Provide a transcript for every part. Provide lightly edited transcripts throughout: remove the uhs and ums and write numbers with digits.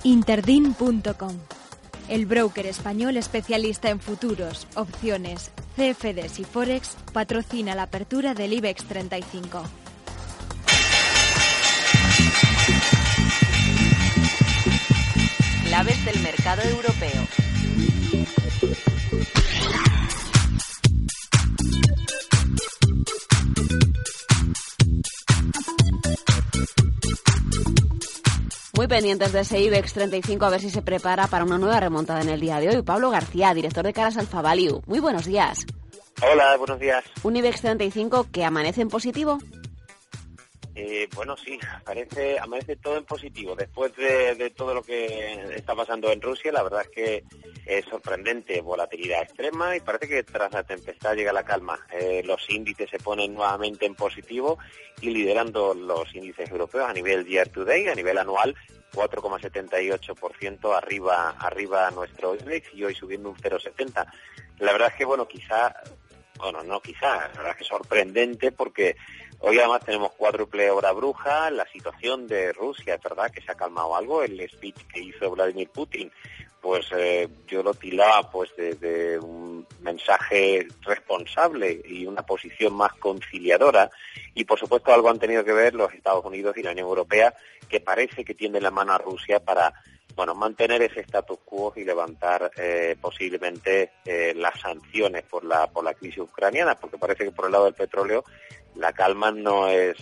Interdin.com, el broker español especialista en futuros, opciones, CFDs y Forex, patrocina la apertura del IBEX 35. Claves del mercado europeo. Muy pendientes de ese IBEX 35 a ver si se prepara para una nueva remontada en el día de hoy. Pablo García, director de Caras Alfa Value. Muy buenos días. Hola, buenos días. ¿Un IBEX 35 que amanece en positivo? Bueno, sí, amanece todo en positivo. Después de todo lo que está pasando en Rusia, la verdad es que es sorprendente, volatilidad extrema y parece que tras la tempestad llega la calma. Los índices se ponen nuevamente en positivo y liderando los índices europeos a nivel year to date, a nivel anual, 4,78% arriba nuestro IBEX y hoy subiendo un 0,70. La verdad es que, la verdad es que sorprendente porque hoy además tenemos cuádruple hora bruja, la situación de Rusia, es verdad que se ha calmado algo, el speech que hizo Vladimir Putin, pues yo lo tildaba pues de un mensaje responsable y una posición más conciliadora, y por supuesto algo han tenido que ver los Estados Unidos y la Unión Europea, que parece que tienden la mano a Rusia para mantener ese status quo y levantar posiblemente las sanciones por la crisis ucraniana, porque parece que por el lado del petróleo la calma no es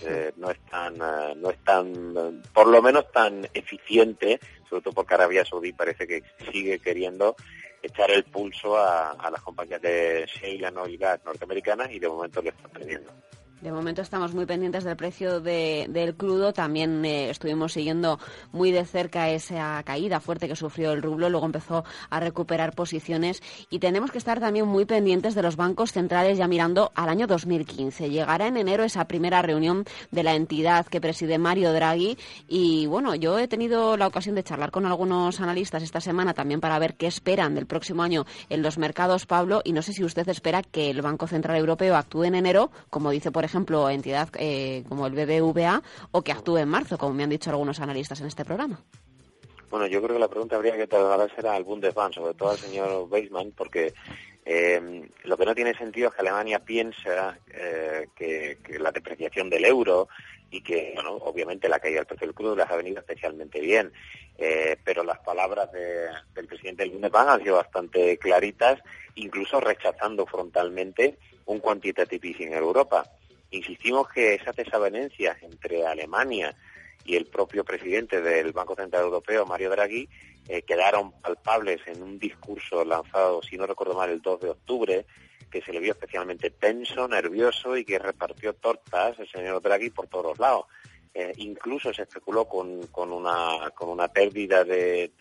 tan por lo menos tan eficiente, sobre todo porque Arabia Saudí parece que sigue queriendo echar el pulso a las compañías de shale and oil gas norteamericanas y de momento le está perdiendo. De momento estamos muy pendientes del precio del crudo. También estuvimos siguiendo muy de cerca esa caída fuerte que sufrió el rublo. Luego empezó a recuperar posiciones. Y tenemos que estar también muy pendientes de los bancos centrales ya mirando al año 2015. Llegará en enero esa primera reunión de la entidad que preside Mario Draghi. Y bueno, yo he tenido la ocasión de charlar con algunos analistas esta semana también para ver qué esperan del próximo año en los mercados, Pablo. Y no sé si usted espera que el Banco Central Europeo actúe en enero, como dice, por ejemplo, entidad como el BBVA, o que actúe en marzo, como me han dicho algunos analistas en este programa. Bueno, yo creo que la pregunta habría que trasladarse al Bundesbank, sobre todo al señor Weissmann, porque lo que no tiene sentido es que Alemania piensa que la depreciación del euro y que, obviamente la caída del precio del crudo les ha venido especialmente bien, pero las palabras del presidente del Bundesbank han sido bastante claritas, incluso rechazando frontalmente un quantitative easing en Europa. Insistimos que esas desavenencias entre Alemania y el propio presidente del Banco Central Europeo, Mario Draghi, quedaron palpables en un discurso lanzado, si no recuerdo mal, el 2 de octubre, que se le vio especialmente tenso, nervioso y que repartió tortas el señor Draghi por todos los lados. Incluso se especuló con una pérdida de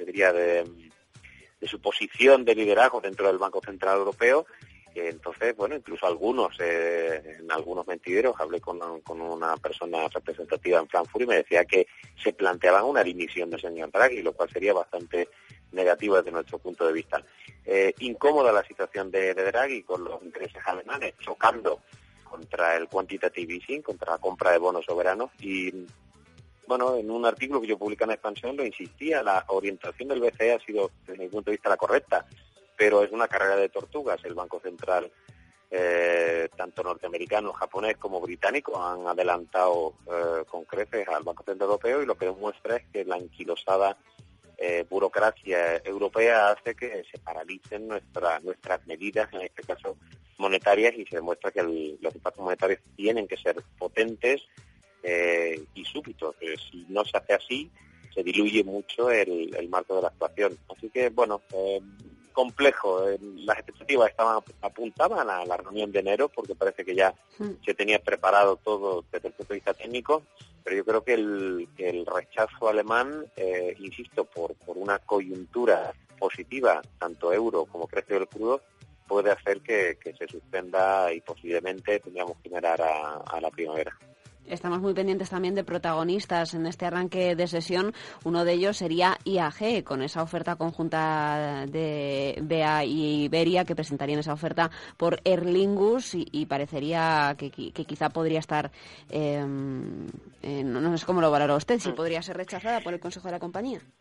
su posición de liderazgo dentro del Banco Central Europeo. Entonces, incluso en algunos mentideros, hablé con una persona representativa en Frankfurt y me decía que se planteaban una dimisión del señor Draghi, lo cual sería bastante negativo desde nuestro punto de vista. Incómoda la situación de Draghi con los intereses alemanes chocando contra el quantitative easing, contra la compra de bonos soberanos y, en un artículo que yo publiqué en Expansión lo insistía, la orientación del BCE ha sido, desde mi punto de vista, la correcta, pero es una carrera de tortugas. El Banco Central, tanto norteamericano, japonés como británico, han adelantado con creces al Banco Central Europeo y lo que demuestra es que la anquilosada burocracia europea hace que se paralicen nuestras medidas, en este caso monetarias, y se demuestra que los impactos monetarios tienen que ser potentes y súbitos. Si no se hace así, se diluye mucho el marco de la actuación. Así que, complejo. Las expectativas apuntaban a la reunión de enero porque parece que ya se tenía preparado todo desde el punto de vista técnico, pero yo creo que el rechazo alemán, insisto, por una coyuntura positiva, tanto euro como precio del crudo, puede hacer que se suspenda y posiblemente tendríamos que mirar a la primavera. Estamos muy pendientes también de protagonistas en este arranque de sesión. Uno de ellos sería IAG, con esa oferta conjunta de BA y Iberia, que presentarían esa oferta por Aer Lingus y parecería que quizá podría estar, no sé cómo lo valora usted, si podría ser rechazada por el Consejo de la compañía.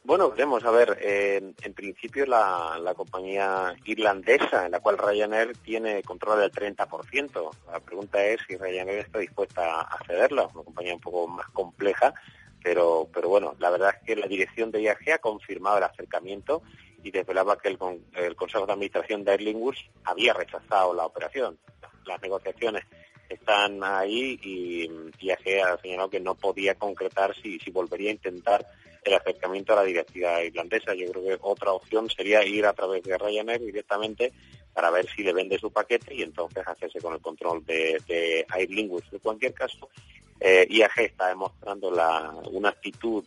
Bueno, veremos. A ver, en principio la compañía irlandesa, en la cual Ryanair tiene control del 30%. La pregunta es si Ryanair está dispuesta a cederla. Una compañía un poco más compleja, pero bueno, la verdad es que la dirección de IAG ha confirmado el acercamiento y desvelaba que el Consejo de Administración de Aer Lingus había rechazado la operación. Las negociaciones están ahí y IAG ha señalado que no podía concretar si volvería a intentar el acercamiento a la directiva irlandesa. Yo creo que otra opción sería ir a través de Ryanair directamente para ver si le vende su paquete y entonces hacerse con el control de Aer Lingus. En cualquier caso, IAG está demostrando una actitud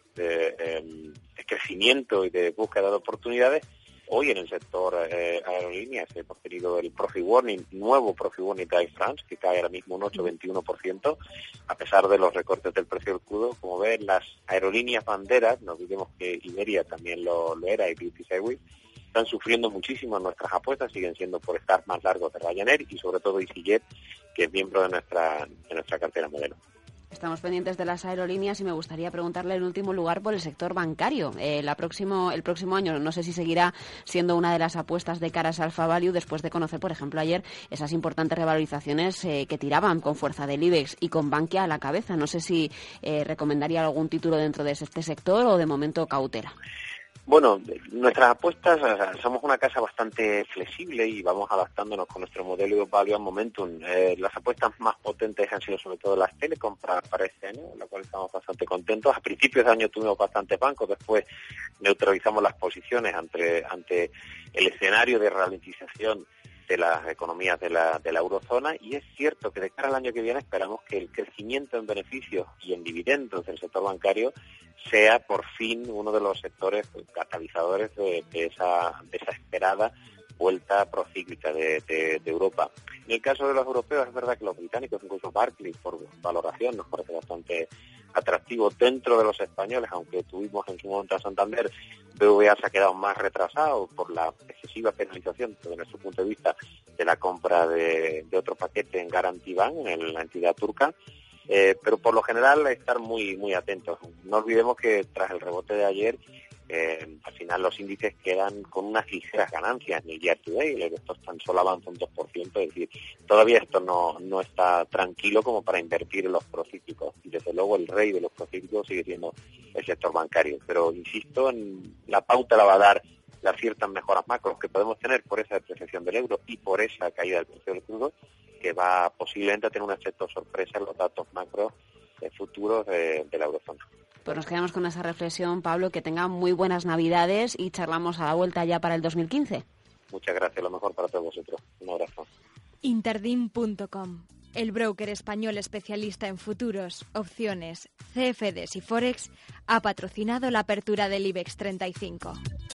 de crecimiento y de búsqueda de oportunidades. Hoy en el sector aerolíneas hemos tenido el Profit Warning, nuevo Profit Warning de Air France, que cae ahora mismo un 8,21%, a pesar de los recortes del precio del crudo. Como ven, las aerolíneas banderas, no olvidemos que Iberia también lo era, y British Airways, están sufriendo muchísimo. Nuestras apuestas siguen siendo por estar más largos de Ryanair y sobre todo EasyJet, que es miembro de nuestra cartera modelo. Estamos pendientes de las aerolíneas y me gustaría preguntarle en último lugar por el sector bancario. El próximo año no sé si seguirá siendo una de las apuestas de caras a Alfa Value después de conocer, por ejemplo, ayer esas importantes revalorizaciones que tiraban con fuerza del IBEX y con Bankia a la cabeza. No sé si recomendaría algún título dentro de este sector o de momento cautela. Bueno, nuestras apuestas, somos una casa bastante flexible y vamos adaptándonos con nuestro modelo Value and Momentum. Las apuestas más potentes han sido sobre todo las telecom para este año, en la cual estamos bastante contentos. A principios de año tuvimos bastantes bancos, después neutralizamos las posiciones ante el escenario de ralentización de las economías de la eurozona, y es cierto que de cara al año que viene esperamos que el crecimiento en beneficios y en dividendos del sector bancario sea por fin uno de los sectores catalizadores de esa esperada vuelta procíclica de Europa. En el caso de los europeos es verdad que los británicos, incluso Barclays, por valoración nos parece bastante atractivo. Dentro de los españoles, aunque tuvimos en su momento a Santander, BBVA se ha quedado más retrasado por la excesiva penalización, desde nuestro punto de vista, de la compra de otro paquete en Guarantee Bank, en la entidad turca. Pero por lo general estar muy muy atentos. No olvidemos que tras el rebote de ayer, al final los índices quedan con unas ligeras ganancias en el year to date. El Stoxx tan solo avanza un 2%, es decir, todavía esto no está tranquilo como para invertir en los procíclicos, y desde luego el rey de los procíclicos sigue siendo el sector bancario. Pero insisto, en la pauta la va a dar las ciertas mejoras macros que podemos tener por esa depreciación del euro y por esa caída del precio del crudo, que va posiblemente a tener un efecto sorpresa en los datos macros futuros de la eurozona. Pues nos quedamos con esa reflexión, Pablo, que tengan muy buenas Navidades y charlamos a la vuelta ya para el 2015. Muchas gracias, lo mejor para todos vosotros. Un abrazo. Interdim.com, el broker español especialista en futuros, opciones, CFDs y Forex, ha patrocinado la apertura del IBEX 35.